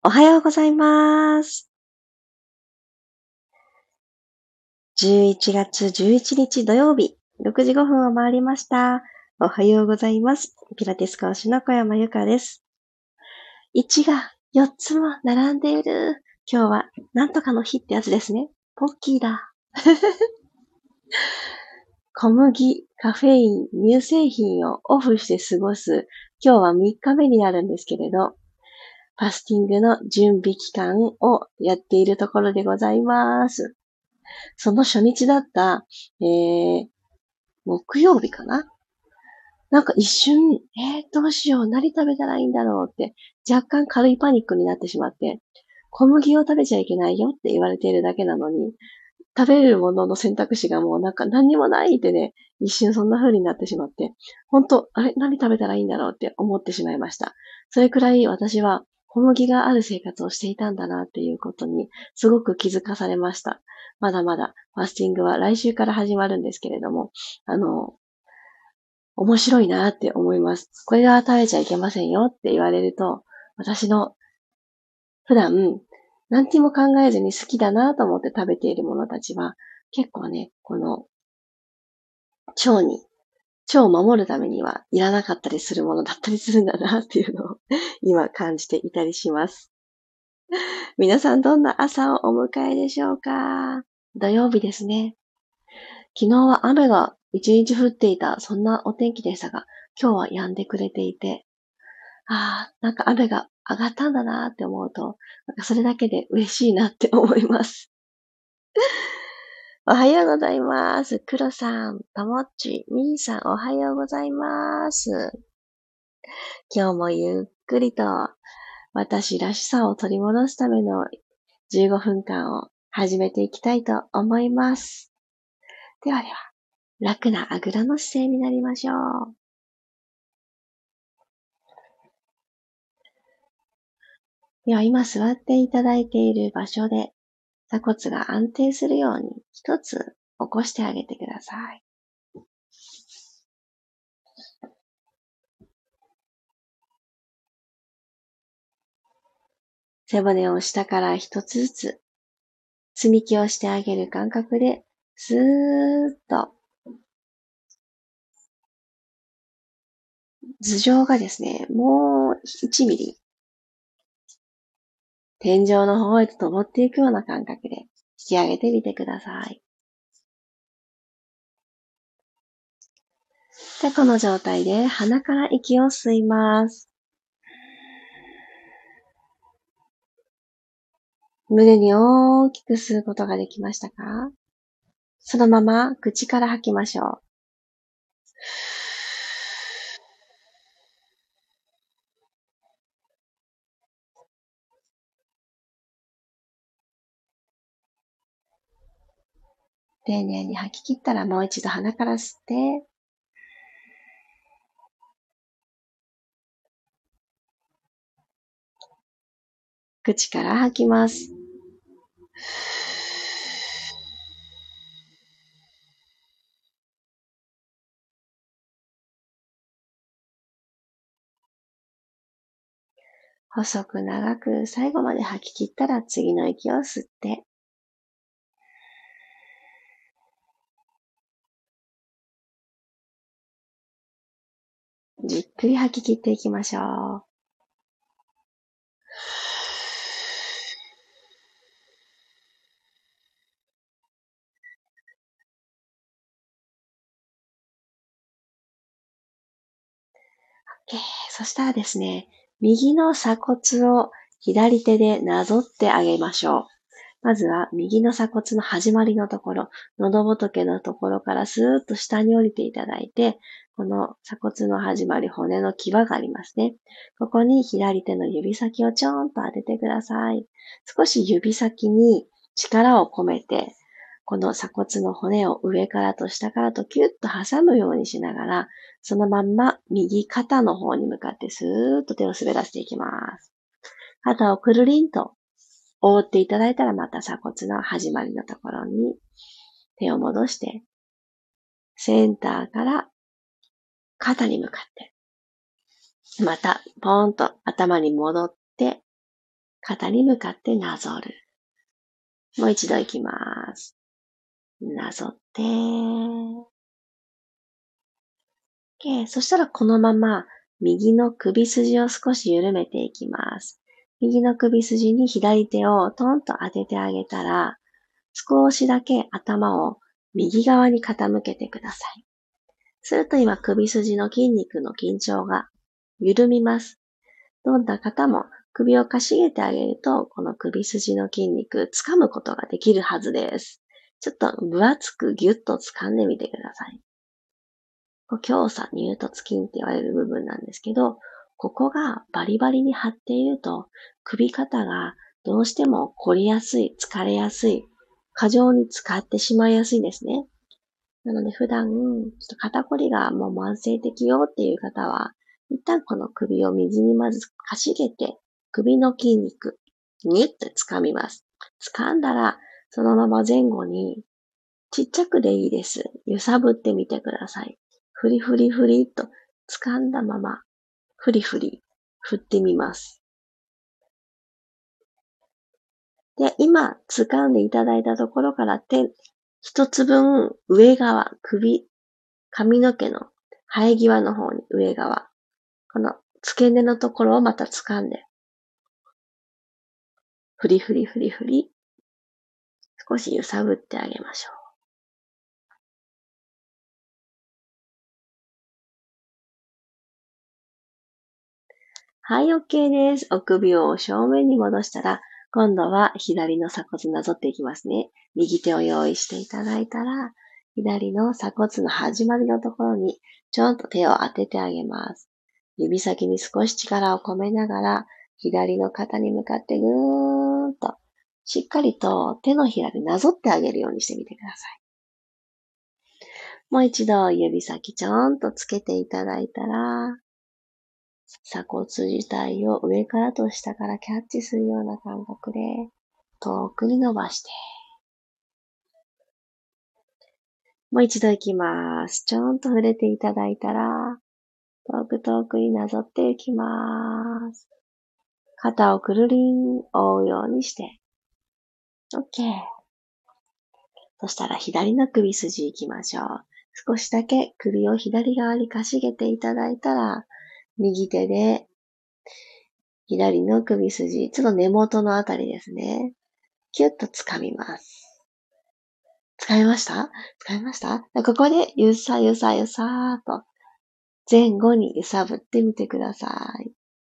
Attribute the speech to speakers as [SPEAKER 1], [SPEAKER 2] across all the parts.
[SPEAKER 1] おはようございます。11月11日土曜日、6時5分を回りました。おはようございます。ピラティス講師の小山由かです。1が4つも並んでいる。今日はなんとかの日ってやつですね。ポッキーだ。小麦、カフェイン、乳製品をオフして過ごす。今日は3日目になるんですけれど、ファスティングの準備期間をやっているところでございます。その初日だった、木曜日かな、なんか一瞬、どうしよう、何食べたらいいんだろうって、若干軽いパニックになってしまって、小麦を食べちゃいけないよって言われているだけなのに、食べれるものの選択肢がもうなんか何にもないってね、一瞬そんな風になってしまって、本当あれ何食べたらいいんだろうって思ってしまいました。それくらい私は小麦がある生活をしていたんだなっていうことにすごく気づかされました。まだまだファスティングは来週から始まるんですけれども、面白いなって思います。これが食べちゃいけませんよって言われると、私の普段、何にも考えずに好きだなと思って食べているものたちは、結構ね、この腸を守るためにはいらなかったりするものだったりするんだなっていうのを今感じていたりします。皆さんどんな朝をお迎えでしょうか？土曜日ですね。昨日は雨が一日降っていた、そんなお天気でしたが、今日は止んでくれていて、なんか雨が上がったんだなって思うと、なんかそれだけで嬉しいなって思います。おはようございます。クロさん、ともっち、みーさん、おはようございます。今日もゆっくりと私らしさを取り戻すための15分間を始めていきたいと思います。ではでは、楽なあぐらの姿勢になりましょう。では今座っていただいている場所で座骨が安定するように一つ起こしてあげてください。背骨を下から一つずつ積み木をしてあげる感覚でスーッと頭上がですね、もう1ミリ天井の方へと登っていくような感覚で引き上げてみてください。で、この状態で鼻から息を吸います。胸に大きく吸うことができましたか？そのまま口から吐きましょう。丁寧に吐き切ったらもう一度鼻から吸って、口から吐きます。細く長く最後まで吐き切ったら次の息を吸って、じっくり吐き切っていきましょう。OK。そしたらですね、右の鎖骨を左手でなぞってあげましょう。まずは右の鎖骨の始まりのところ、喉仏のところからスーッと下に降りていただいて、この鎖骨の始まり、骨の際がありますね。ここに左手の指先をちょんと当ててください。少し指先に力を込めて、この鎖骨の骨を上からと下からとキュッと挟むようにしながら、そのまんま右肩の方に向かってスーッと手を滑らせていきます。肩をくるりんと覆っていただいたらまた鎖骨の始まりのところに手を戻して、センターから肩に向かって、またポーンと頭に戻って、 肩に向かってなぞる。もう一度いきます。なぞって。OK。そしたらこのまま右の首筋を少し緩めていきます。右の首筋に左手をトンと当ててあげたら、少しだけ頭を右側に傾けてください。すると今首筋の筋肉の緊張が緩みます。どんな方も首をかしげてあげると、この首筋の筋肉掴むことができるはずです。ちょっと分厚くギュッと掴んでみてください。胸鎖乳突筋って言われる部分なんですけど、ここがバリバリに張っていると、首肩がどうしても凝りやすい、疲れやすい、過剰に使ってしまいやすいんですね。なので普段、ちょっと肩こりがもう慢性的よっていう方は、一旦この首を右にまずかしげて、首の筋肉、にって掴みます。掴んだら、そのまま前後に、ちっちゃくでいいです。揺さぶってみてください。フリフリフリっと掴んだまま、フリフリ振ってみます。で、今掴んでいただいたところから手一つ分上側、髪の毛の生え際の方に上側、この付け根のところをまた掴んで、フリフリフリフリ、少し揺さぶってあげましょう。はい、OK です。お首を正面に戻したら、今度は左の鎖骨なぞっていきますね。右手を用意していただいたら、左の鎖骨の始まりのところに、ちょんと手を当ててあげます。指先に少し力を込めながら、左の肩に向かってぐーんと、しっかりと手のひらでなぞってあげるようにしてみてください。もう一度指先ちょんとつけていただいたら、鎖骨自体を上からと下からキャッチするような感覚で遠くに伸ばして。もう一度いきます。ちょんと触れていただいたら、遠く遠くになぞっていきます。肩をくるりん覆うようにして。OK。そしたら左の首筋行きましょう。少しだけ首を左側にかしげていただいたら、右手で左の首筋、ちょっと根元のあたりですね。キュッと掴みます。掴みました掴みました？ここでゆさゆさゆさーと前後に揺さぶってみてください。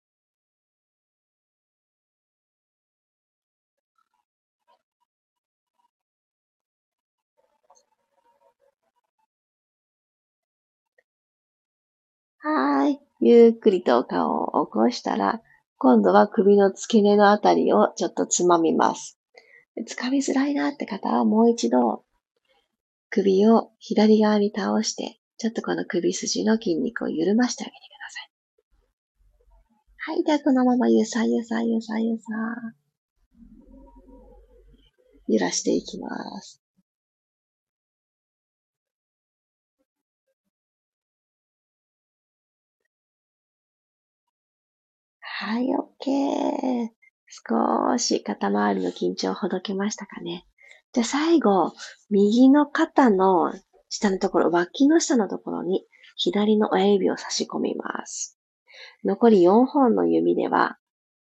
[SPEAKER 1] はーい。ゆっくりと顔を起こしたら、今度は首の付け根のあたりをちょっとつまみます。掴みづらいなって方はもう一度首を左側に倒して、ちょっとこの首筋の筋肉を緩ましてあげてください。はい。ではこのままゆさゆさゆさゆさ揺らしていきます。はい、OK。少し肩周りの緊張ほどけましたかね。じゃあ最後、右の肩の下のところ、脇の下のところに左の親指を差し込みます。残り4本の指では、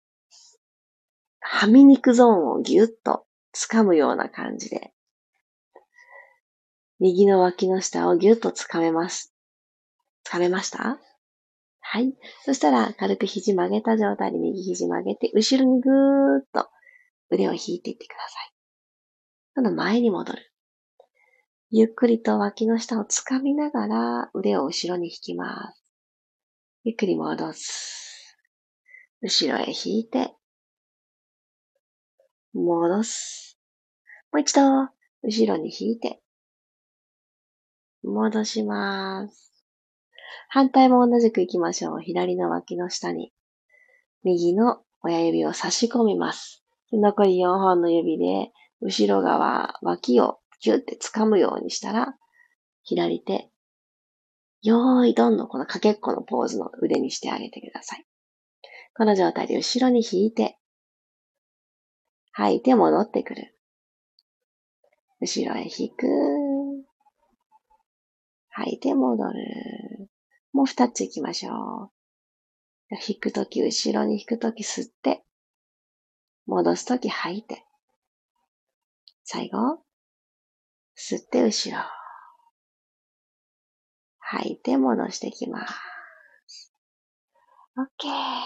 [SPEAKER 1] はみ肉ゾーンをギュッと掴むような感じで、右の脇の下をギュッと掴めます。掴めました？はい。そしたら、軽く肘曲げた状態で右肘曲げて、後ろにぐーっと腕を引いていってください。今度前に戻る。ゆっくりと脇の下を掴みながら腕を後ろに引きます。ゆっくり戻す。後ろへ引いて、戻す。もう一度、後ろに引いて、戻します。反対も同じく行きましょう。左の脇の下に、右の親指を差し込みます。残り4本の指で、後ろ側、脇をギュッて掴むようにしたら、左手、よーいどんのこのかけっこのポーズの腕にしてあげてください。この状態で後ろに引いて、 吐いて戻ってくる。後ろへ引く。吐いて戻る。もう2つ行きましょう。引くとき、後ろに引くとき吸って、戻すとき吐いて。最後、吸って後ろ。吐いて戻してきます。OK。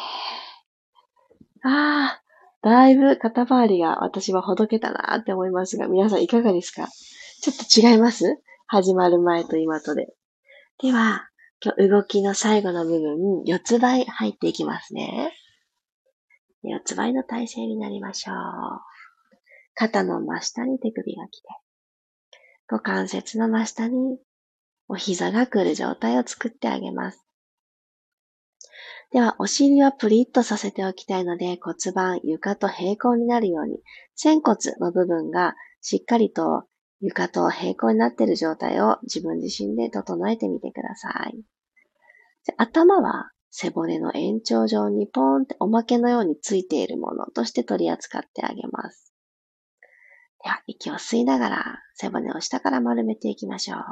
[SPEAKER 1] だいぶ肩周りが私はほどけたなって思いますが、皆さんいかがですか？ちょっと違います？始まる前と今とで。では、今日動きの最後の部分、四つ倍入っていきますね。四つ倍の体勢になりましょう。肩の真下に手首が来て、股関節の真下にお膝が来る状態を作ってあげます。では、お尻はプリッとさせておきたいので、骨盤、床と平行になるように、仙骨の部分がしっかりと床と平行になっている状態を自分自身で整えてみてください。で、頭は背骨の延長上にポーンっておまけのようについているものとして取り扱ってあげます。では、息を吸いながら背骨を下から丸めていきましょう。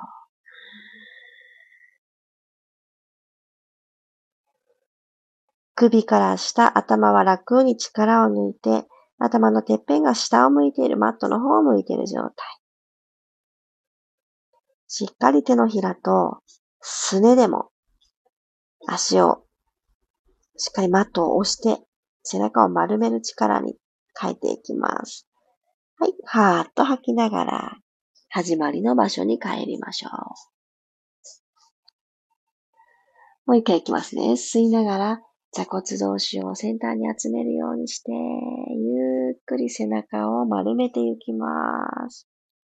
[SPEAKER 1] 首から下、頭は楽に力を抜いて、頭のてっぺんが下を向いている、マットの方を向いている状態。しっかり手のひらとすねでも足をしっかりマットを押して背中を丸める力に変えていきます。はい、はーっと吐きながら始まりの場所に帰りましょう。もう一回いきますね。吸いながら座骨同士をセンターに集めるようにして、ゆっくり背中を丸めていきます。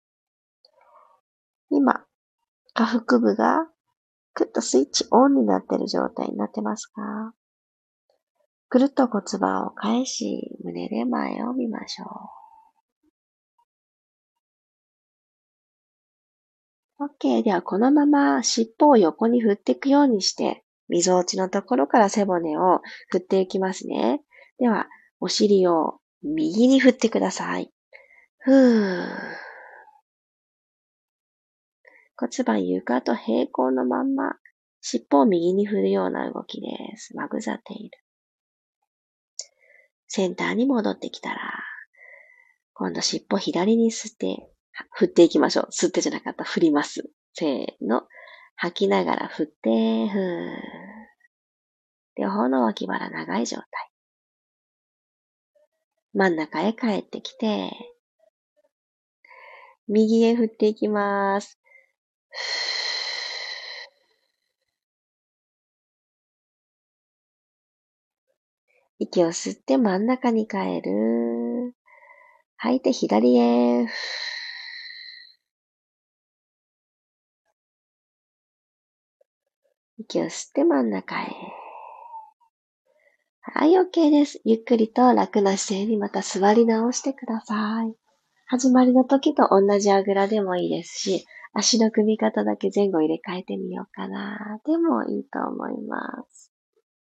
[SPEAKER 1] 今、下腹部がクッとスイッチオンになっている状態になってますか？くるっと骨盤を返し、胸で前を見ましょう。OK。では、このまま尻尾を横に振っていくようにして、溝落ちのところから背骨を振っていきますね。では、お尻を右に振ってください。ふー。骨盤床と平行のまんま、尻尾を右に振るような動きです。マグザテイル。センターに戻ってきたら、今度尻尾左に吸って、振っていきましょう。吸ってじゃなかった。振ります。せーの。吐きながら振って、ふー。両方の脇腹長い状態。真ん中へ帰ってきて、右へ振っていきます。息を吸って真ん中に帰る。吐いて左へ。息を吸って真ん中へ。はい、OK です。ゆっくりと楽な姿勢にまた座り直してください。始まりの時と同じあぐらでもいいですし、足の組み方だけ前後入れ替えてみようかな。でもいいと思います。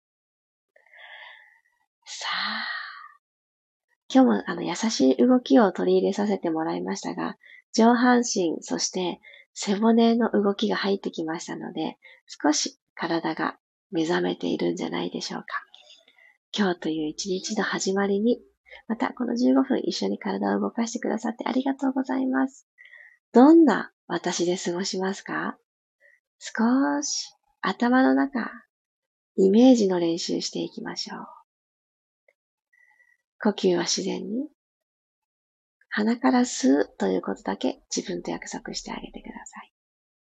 [SPEAKER 1] さあ、今日も優しい動きを取り入れさせてもらいましたが、上半身、そして背骨の動きが入ってきましたので、少し体が目覚めているんじゃないでしょうか。今日という一日の始まりに、またこの15分一緒に体を動かしてくださってありがとうございます。どんな私で過ごしますか？少し頭の中、イメージの練習していきましょう。呼吸は自然に。鼻から吸うということだけ自分と約束してあげてください。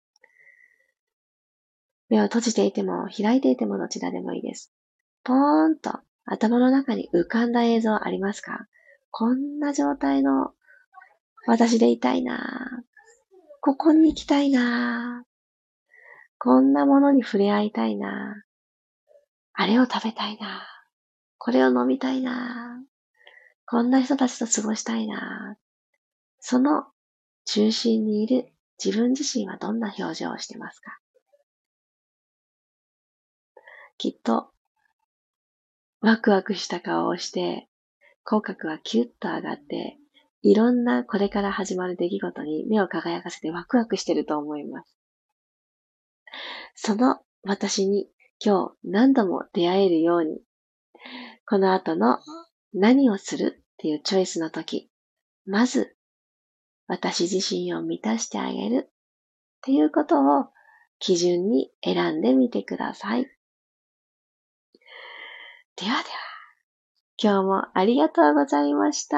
[SPEAKER 1] 目を閉じていても開いていてもどちらでもいいです。ポーンと頭の中に浮かんだ映像ありますか？こんな状態の私でいたいな。ここに行きたいな。こんなものに触れ合いたいな。あれを食べたいな。これを飲みたいな。こんな人たちと過ごしたいな。その中心にいる自分自身はどんな表情をしてますか？きっとワクワクした顔をして、 口角はキュッと上がって、いろんなこれから始まる出来事に目を輝かせてワクワクしてると思います。その私に今日何度も出会えるように、この後の何をするっていうチョイスの時、まず私自身を満たしてあげるっていうことを基準に選んでみてください。ではでは、今日もありがとうございました。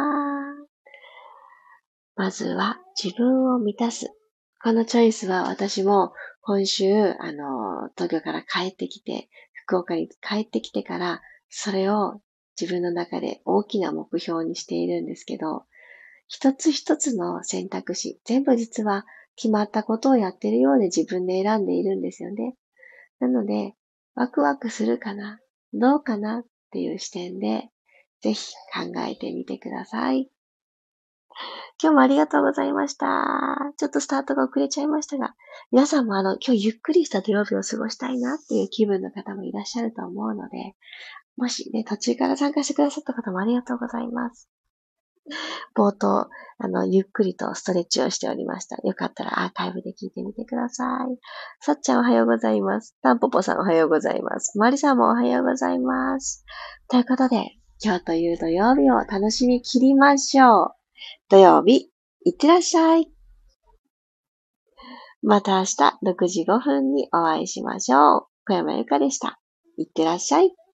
[SPEAKER 1] まずは自分を満たす。このチョイスは私も今週、東京から帰ってきて、福岡に帰ってきてから、それを自分の中で大きな目標にしているんですけど、一つ一つの選択肢、全部実は決まったことをやっているようで自分で選んでいるんですよね。なので、ワクワクするかな、どうかなっていう視点で、ぜひ考えてみてください。今日もありがとうございました。ちょっとスタートが遅れちゃいましたが、皆さんも今日ゆっくりした土曜日を過ごしたいなっていう気分の方もいらっしゃると思うので、もしね、途中から参加してくださった方もありがとうございます。冒頭、ゆっくりとストレッチをしておりました。よかったらアーカイブで聞いてみてください。さっちゃんおはようございます。たんぽぽさんおはようございます。まりさんもおはようございます。ということで、今日という土曜日を楽しみ切りましょう。土曜日、いってらっしゃい。また明日6時5分にお会いしましょう。小山由かでした。いってらっしゃい。